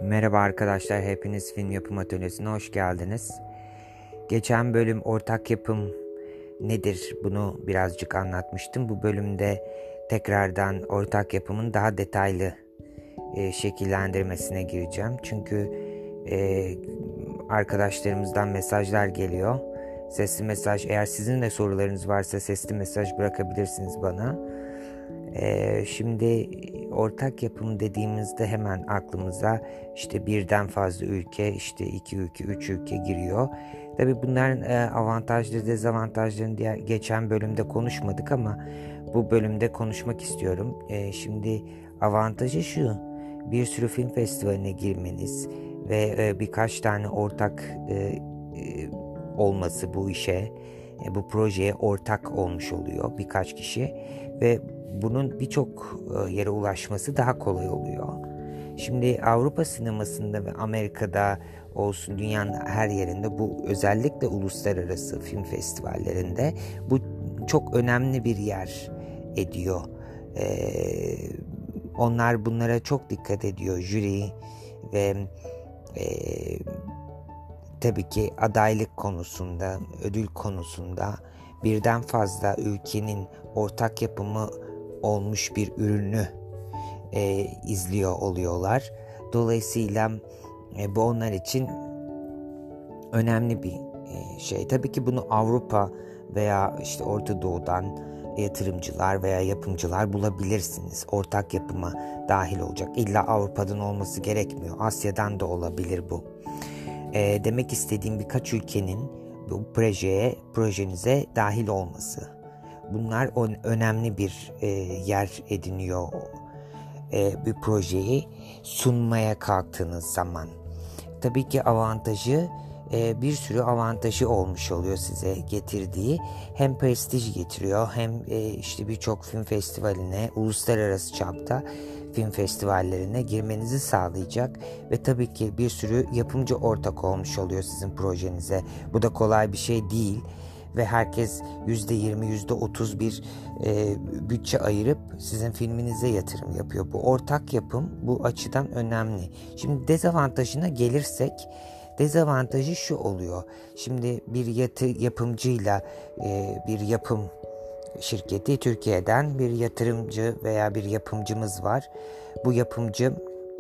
Merhaba arkadaşlar, hepiniz Film Yapım Atölyesi'ne hoş geldiniz. Geçen bölüm ortak yapım nedir bunu birazcık anlatmıştım. Bu bölümde tekrardan ortak yapımın daha detaylı şekillendirmesine gireceğim. Çünkü arkadaşlarımızdan mesajlar geliyor. Sesli mesaj, eğer sizin de sorularınız varsa sesli mesaj bırakabilirsiniz bana. Şimdi ortak yapım dediğimizde hemen aklımıza işte birden fazla ülke, işte 2 ülke, 3 ülke giriyor. Tabii bunların avantajları, dezavantajlarını geçen bölümde konuşmadık ama bu bölümde konuşmak istiyorum. Şimdi avantajı şu: bir sürü film festivaline girmeniz ve birkaç tane ortak olması bu işe, bu projeye ortak olmuş oluyor birkaç kişi ve bunun birçok yere ulaşması daha kolay oluyor. Şimdi Avrupa sinemasında ve Amerika'da olsun, dünyanın her yerinde, bu özellikle uluslararası film festivallerinde bu çok önemli bir yer ediyor. Onlar bunlara çok dikkat ediyor, jüri ve tabii ki adaylık konusunda, ödül konusunda birden fazla ülkenin ortak yapımı olmuş bir ürünü izliyor oluyorlar. Dolayısıyla bu onlar için önemli bir şey. Tabii ki bunu Avrupa veya işte Orta Doğu'dan yatırımcılar veya yapımcılar bulabilirsiniz. Ortak yapıma dahil olacak. İlla Avrupa'dan olması gerekmiyor. Asya'dan da olabilir bu. Demek istediğim, birkaç ülkenin bu projenize dahil olması. Bunlar önemli bir yer ediniyor bir projeyi sunmaya kalktığınız zaman. Tabii ki avantajı, bir sürü avantajı olmuş oluyor size getirdiği. Hem prestij getiriyor, hem işte birçok film festivaline, uluslararası çapta film festivallerine girmenizi sağlayacak ve tabii ki bir sürü yapımcı ortak olmuş oluyor sizin projenize. Bu da kolay bir şey değil ve herkes %20, %30 bir bütçe ayırıp sizin filminize yatırım yapıyor. Bu ortak yapım bu açıdan önemli. Şimdi dezavantajına gelirsek, dezavantajı şu oluyor. Şimdi bir yapımcıyla bir yapım şirketi, Türkiye'den bir yatırımcı veya bir yapımcımız var. Bu yapımcı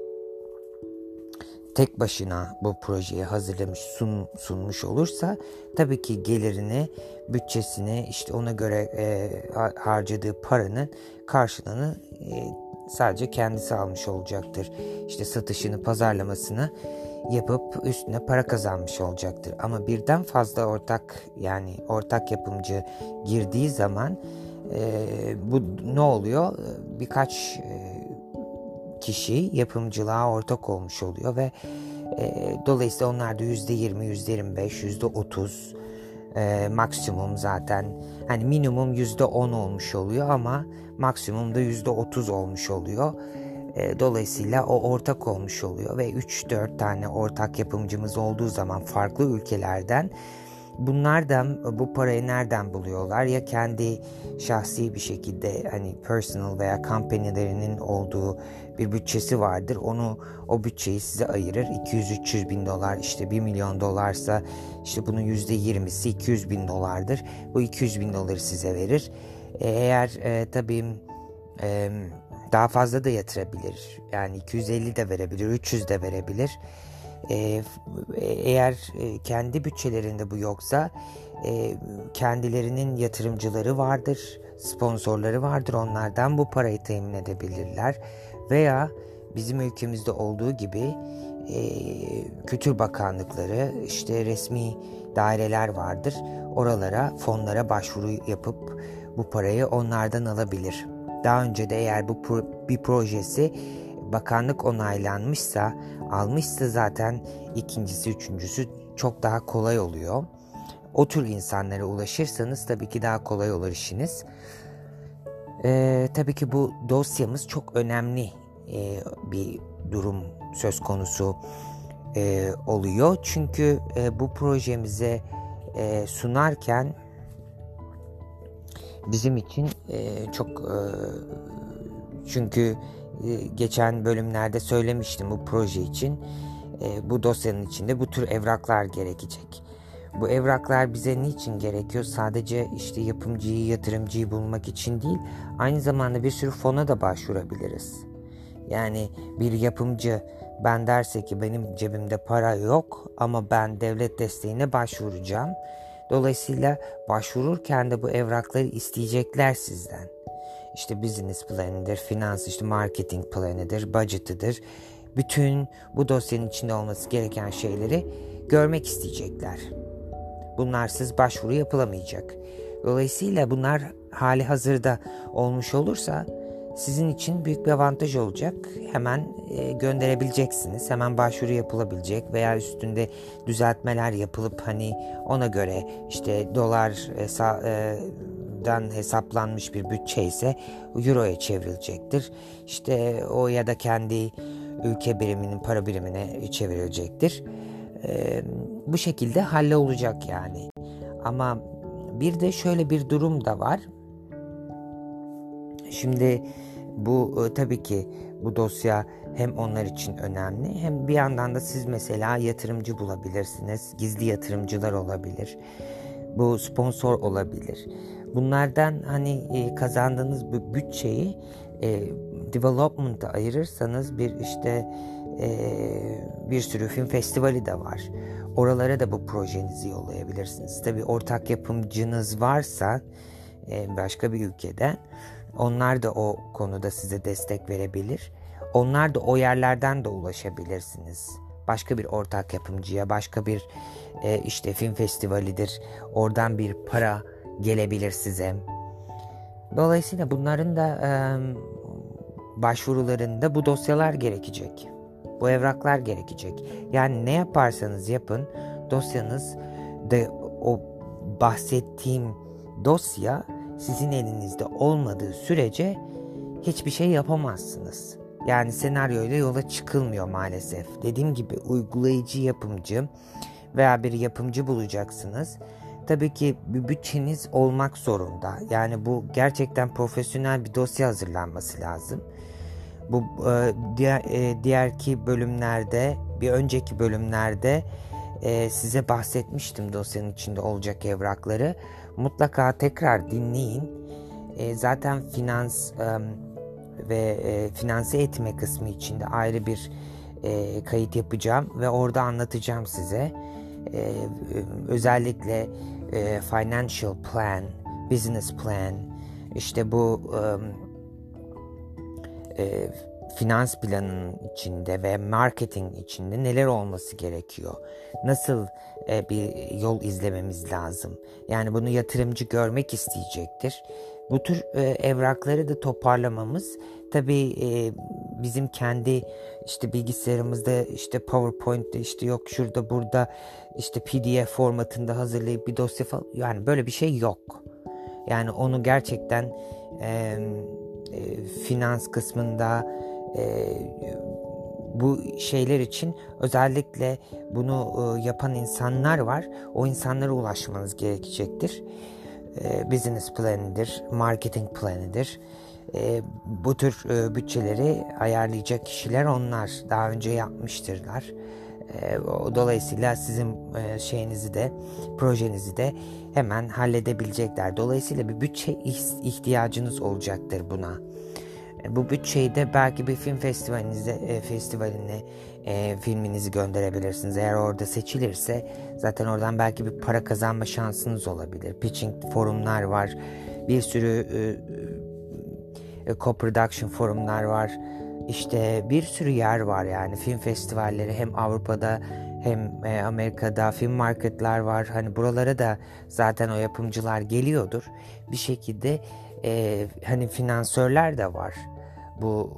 tek başına bu projeyi hazırlamış, sunmuş olursa tabii ki gelirini, bütçesini, işte ona göre harcadığı paranın karşılığını sadece kendisi almış olacaktır. İşte satışını, pazarlamasını yapıp üstüne para kazanmış olacaktır. Ama birden fazla ortak yapımcı girdiği zaman bu ne oluyor? Birkaç kişi yapımcılığa ortak olmuş oluyor ve dolayısıyla onlar da %20, %25, %30 maksimum, zaten hani minimum %10 olmuş oluyor ama maksimum da %30 olmuş oluyor. Dolayısıyla o ortak olmuş oluyor ve 3-4 tane ortak yapımcımız olduğu zaman farklı ülkelerden, bunlar da bu parayı nereden buluyorlar? Ya kendi şahsi bir şekilde, hani personal veya company'lerinin olduğu bir bütçesi vardır. O bütçeyi size ayırır. 200-300 bin dolar, işte 1 milyon dolarsa işte bunun %20'si 200 bin dolardır. Bu 200 bin doları size verir. Eğer tabii daha fazla da yatırabilir. Yani 250 de verebilir, 300 de verebilir. Eğer kendi bütçelerinde bu yoksa kendilerinin yatırımcıları vardır, sponsorları vardır. Onlardan bu parayı temin edebilirler. Veya bizim ülkemizde olduğu gibi Kültür Bakanlıkları, işte resmi daireler vardır. Oralara, fonlara başvuru yapıp bu parayı onlardan alabilir. Daha önce de eğer bir projesi bakanlık onaylanmışsa, almışsa, zaten ikincisi, üçüncüsü çok daha kolay oluyor. O tür insanlara ulaşırsanız tabii ki daha kolay olur işiniz. Tabii ki bu dosyamız çok önemli bir durum söz konusu oluyor. Çünkü bu projemize sunarken bizim için çok çünkü geçen bölümlerde söylemiştim bu proje için. Bu dosyanın içinde bu tür evraklar gerekecek. Bu evraklar bize niçin gerekiyor? Sadece işte yapımcıyı, yatırımcıyı bulmak için değil, aynı zamanda bir sürü fona da başvurabiliriz. Yani bir yapımcı ben derse ki benim cebimde para yok ama ben devlet desteğine başvuracağım. Dolayısıyla başvururken de bu evrakları isteyecekler sizden. İşte business planıdır, finans, işte marketing planıdır, budget'ıdır. Bütün bu dosyanın içinde olması gereken şeyleri görmek isteyecekler. Bunlarsız başvuru yapılamayacak. Dolayısıyla bunlar hali hazırda olmuş olursa sizin için büyük bir avantaj olacak. Hemen gönderebileceksiniz. Hemen başvuru yapılabilecek veya üstünde düzeltmeler yapılıp hani ona göre işte dolardan hesaplanmış bir bütçe ise euroya çevrilecektir. İşte o ya da kendi ülke biriminin para birimine çevrilecektir. Bu şekilde hallolacak yani. Ama bir de şöyle bir durum da var. Şimdi bu tabii ki bu dosya hem onlar için önemli hem bir yandan da siz mesela yatırımcı bulabilirsiniz. Gizli yatırımcılar olabilir. Bu sponsor olabilir. Bunlardan hani kazandığınız bu bütçeyi development'a ayırırsanız bir sürü film festivali de var. Oralara da bu projenizi yollayabilirsiniz. Tabii ortak yapımcınız varsa başka bir ülkeden onlar da o konuda size destek verebilir. Onlar da o yerlerden de ulaşabilirsiniz. Başka bir ortak yapımcıya, başka bir işte film festivalidir. Oradan bir para gelebilir size. Dolayısıyla bunların da başvurularında bu dosyalar gerekecek. Bu evraklar gerekecek. Yani ne yaparsanız yapın dosyanız da o bahsettiğim dosya sizin elinizde olmadığı sürece hiçbir şey yapamazsınız. Yani senaryoyla yola çıkılmıyor maalesef. Dediğim gibi uygulayıcı yapımcı veya bir yapımcı bulacaksınız. Tabii ki bir bütçeniz olmak zorunda. Yani bu gerçekten profesyonel bir dosya hazırlanması lazım. Bu bir önceki bölümlerde size bahsetmiştim dosyanın içinde olacak evrakları. Mutlaka tekrar dinleyin. Zaten finans ve finanse etme kısmı içinde ayrı bir kayıt yapacağım ve orada anlatacağım size. Özellikle financial plan, business plan, işte bu finans planının içinde ve marketing içinde neler olması gerekiyor? Nasıl bir yol izlememiz lazım? Yani bunu yatırımcı görmek isteyecektir. Bu tür evrakları da toparlamamız tabii bizim kendi işte bilgisayarımızda işte PowerPoint'te işte yok şurada burada işte PDF formatında hazırlayıp bir dosya falan yani böyle bir şey yok. Yani onu gerçekten finans kısmında bu şeyler için özellikle bunu yapan insanlar var. O insanlara ulaşmanız gerekecektir. Business planıdır, marketing planıdır. Bu tür bütçeleri ayarlayacak kişiler onlar. Daha önce yapmıştırlar. Dolayısıyla sizin projenizi de hemen halledebilecekler. Dolayısıyla bir bütçe ihtiyacınız olacaktır buna. Bu bütçeyi de belki bir film festivaline filminizi gönderebilirsiniz. Eğer orada seçilirse zaten oradan belki bir para kazanma şansınız olabilir. Pitching forumlar var. Bir sürü co-production forumlar var. İşte bir sürü yer var yani film festivalleri hem Avrupa'da hem Amerika'da film marketler var. Hani buralara da zaten o yapımcılar geliyordur. Bir şekilde hani finansörler de var. Bu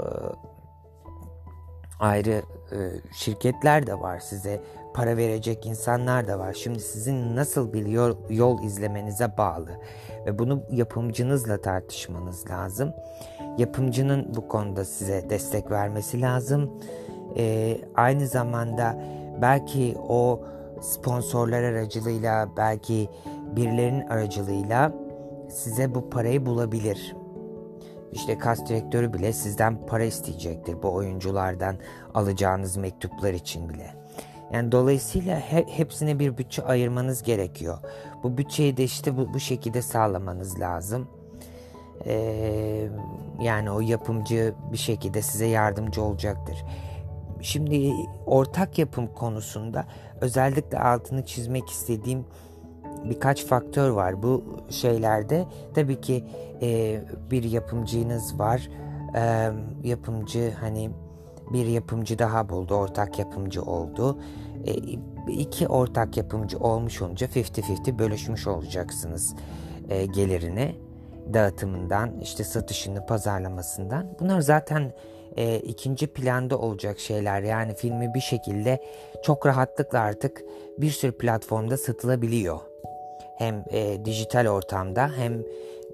ayrı şirketler de var. Size para verecek insanlar da var. Şimdi sizin nasıl bir yol izlemenize bağlı. Ve bunu yapımcınızla tartışmanız lazım. Yapımcının bu konuda size destek vermesi lazım. Aynı zamanda belki o sponsorlar aracılığıyla, belki birilerinin aracılığıyla size bu parayı bulabilir. işte kast direktörü bile sizden para isteyecektir bu oyunculardan alacağınız mektuplar için bile. Yani dolayısıyla hepsine bir bütçe ayırmanız gerekiyor. Bu bütçeyi de işte bu şekilde sağlamanız lazım. Yani o yapımcı bir şekilde size yardımcı olacaktır. Şimdi ortak yapım konusunda özellikle altını çizmek istediğim birkaç faktör var. Bu şeylerde tabii ki bir yapımcınız var. Bir yapımcı daha buldu, ortak yapımcı oldu. İki ortak yapımcı olmuş olunca 50-50 bölüşmüş olacaksınız gelirini, dağıtımından, işte satışını, pazarlamasından. Bunlar zaten ikinci planda olacak şeyler. Yani filmi bir şekilde çok rahatlıkla artık bir sürü platformda satılabiliyor. Hem dijital ortamda hem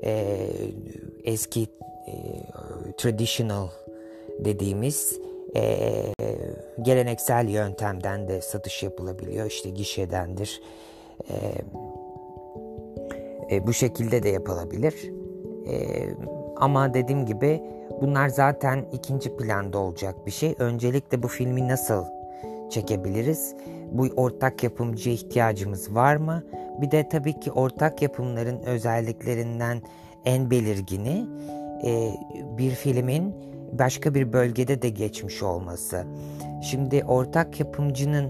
eski traditional dediğimiz geleneksel yöntemden de satış yapılabiliyor. İşte gişedendir. Bu şekilde de yapılabilir. Ama dediğim gibi bunlar zaten ikinci planda olacak bir şey. Öncelikle bu filmi nasıl çekebiliriz? Bu ortak yapımcıya ihtiyacımız var mı? Bir de tabii ki ortak yapımların özelliklerinden en belirgini bir filmin başka bir bölgede de geçmiş olması. Şimdi ortak yapımcının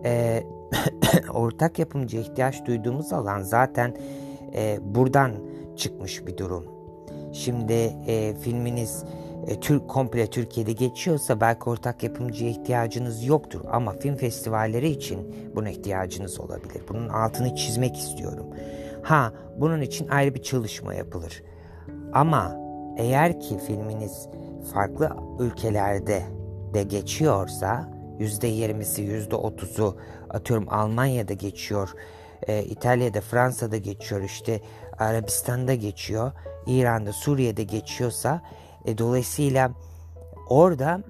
ortak yapımcıya ihtiyaç duyduğumuz alan zaten buradan çıkmış bir durum. Şimdi filminiz komple Türkiye'de geçiyorsa belki ortak yapımcıya ihtiyacınız yoktur. Ama film festivalleri için buna ihtiyacınız olabilir. Bunun altını çizmek istiyorum. Bunun için ayrı bir çalışma yapılır. Ama eğer ki filminiz farklı ülkelerde de geçiyorsa %20'si, %30'u atıyorum Almanya'da geçiyor, İtalya'da, Fransa'da geçiyor, işte Arabistan'da geçiyor, İran'da, Suriye'de geçiyorsa dolayısıyla orada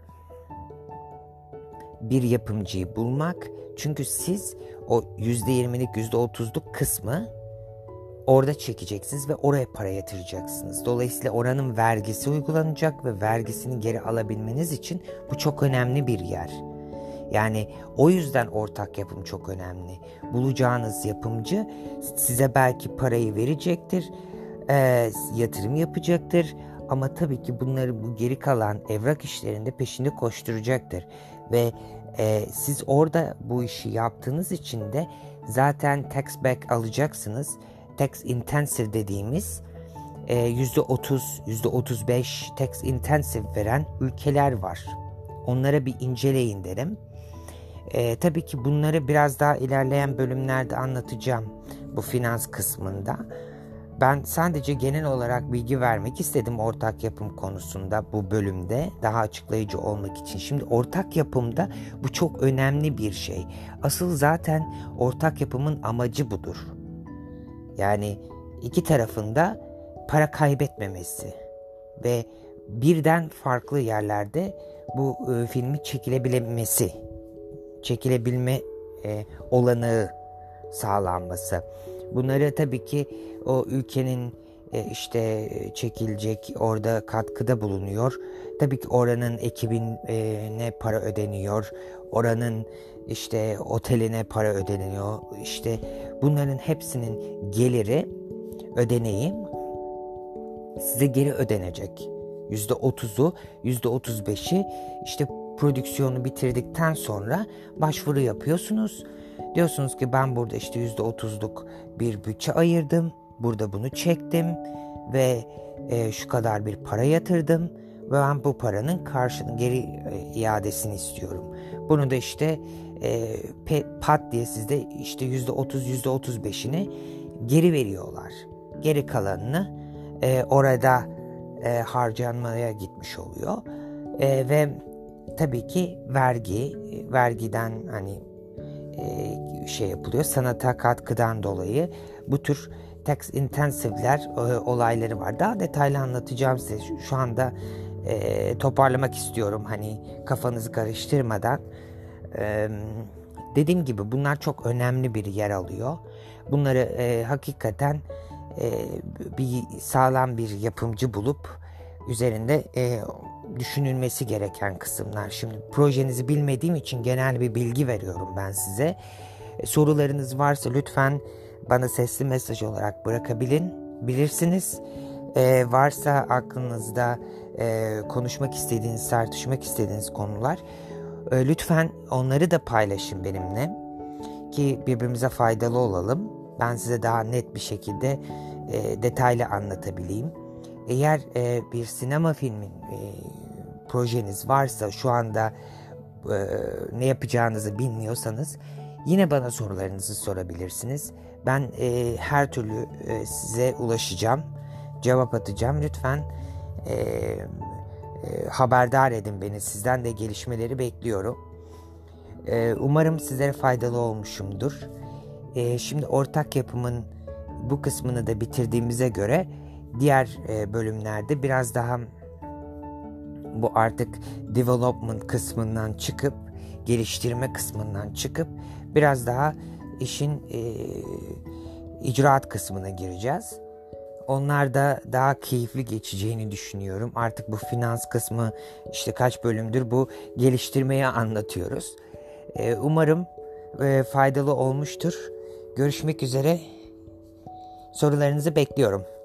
bir yapımcıyı bulmak, çünkü siz o %20'lik %30'luk kısmı orada çekeceksiniz ve oraya para yatıracaksınız. Dolayısıyla oranın vergisi uygulanacak ve vergisini geri alabilmeniz için bu çok önemli bir yer. Yani o yüzden ortak yapım çok önemli. Bulacağınız yapımcı size belki parayı verecektir, yatırım yapacaktır. Ama tabii ki bu geri kalan evrak işlerinde peşinde koşturacaktır. Ve siz orada bu işi yaptığınız için de zaten tax back alacaksınız. Tax intensive dediğimiz %30, %35 tax intensive veren ülkeler var. Onlara bir inceleyin derim. Tabii ki bunları biraz daha ilerleyen bölümlerde anlatacağım bu finans kısmında. Ben sadece genel olarak bilgi vermek istedim ortak yapım konusunda bu bölümde, daha açıklayıcı olmak için. Şimdi ortak yapımda bu çok önemli bir şey. Asıl zaten ortak yapımın amacı budur. Yani iki tarafında para kaybetmemesi ve birden farklı yerlerde bu filmi çekilebilme olanağı sağlanması. Bunları tabii ki o ülkenin işte çekilecek, orada katkıda bulunuyor. Tabii ki oranın ekibine para ödeniyor. Oranın işte oteline para ödeniyor. İşte bunların hepsinin geliri, ödeneği size geri ödenecek. %30'u, %35'i işte prodüksiyonu bitirdikten sonra başvuru yapıyorsunuz. Diyorsunuz ki ben burada işte %30'luk bir bütçe ayırdım. Burada bunu çektim ve şu kadar bir para yatırdım ve ben bu paranın geri iadesini istiyorum. Bunu da işte pat diye sizde işte %30, %35'ini geri veriyorlar. Geri kalanını orada harcanmaya gitmiş oluyor. Ve tabii ki vergiden hani şey yapılıyor. Sanata katkıdan dolayı bu tür tax intensive'ler olayları var. Daha detaylı anlatacağım size. Şu anda toparlamak istiyorum. Hani kafanızı karıştırmadan. Dediğim gibi bunlar çok önemli bir yer alıyor. Bunları hakikaten bir sağlam bir yapımcı bulup üzerinde düşünülmesi gereken kısımlar. Şimdi projenizi bilmediğim için genel bir bilgi veriyorum ben size. Sorularınız varsa lütfen bana sesli mesaj olarak bırakabilirsiniz. Varsa aklınızda konuşmak istediğiniz, tartışmak istediğiniz konular, lütfen onları da paylaşın benimle ki birbirimize faydalı olalım. Ben size daha net bir şekilde detaylı anlatabileyim. Eğer bir sinema filmin projeniz varsa, şu anda ne yapacağınızı bilmiyorsanız yine bana sorularınızı sorabilirsiniz. Ben her türlü size ulaşacağım, cevap atacağım. Lütfen haberdar edin beni. Sizden de gelişmeleri bekliyorum. Umarım sizlere faydalı olmuşumdur. Şimdi ortak yapımın bu kısmını da bitirdiğimize göre diğer bölümlerde biraz daha bu artık development kısmından çıkıp, geliştirme kısmından çıkıp biraz daha işin icraat kısmına gireceğiz. Onlar da daha keyifli geçeceğini düşünüyorum. Artık bu finans kısmı, işte kaç bölümdür bu geliştirmeyi anlatıyoruz. Umarım faydalı olmuştur. Görüşmek üzere. Sorularınızı bekliyorum.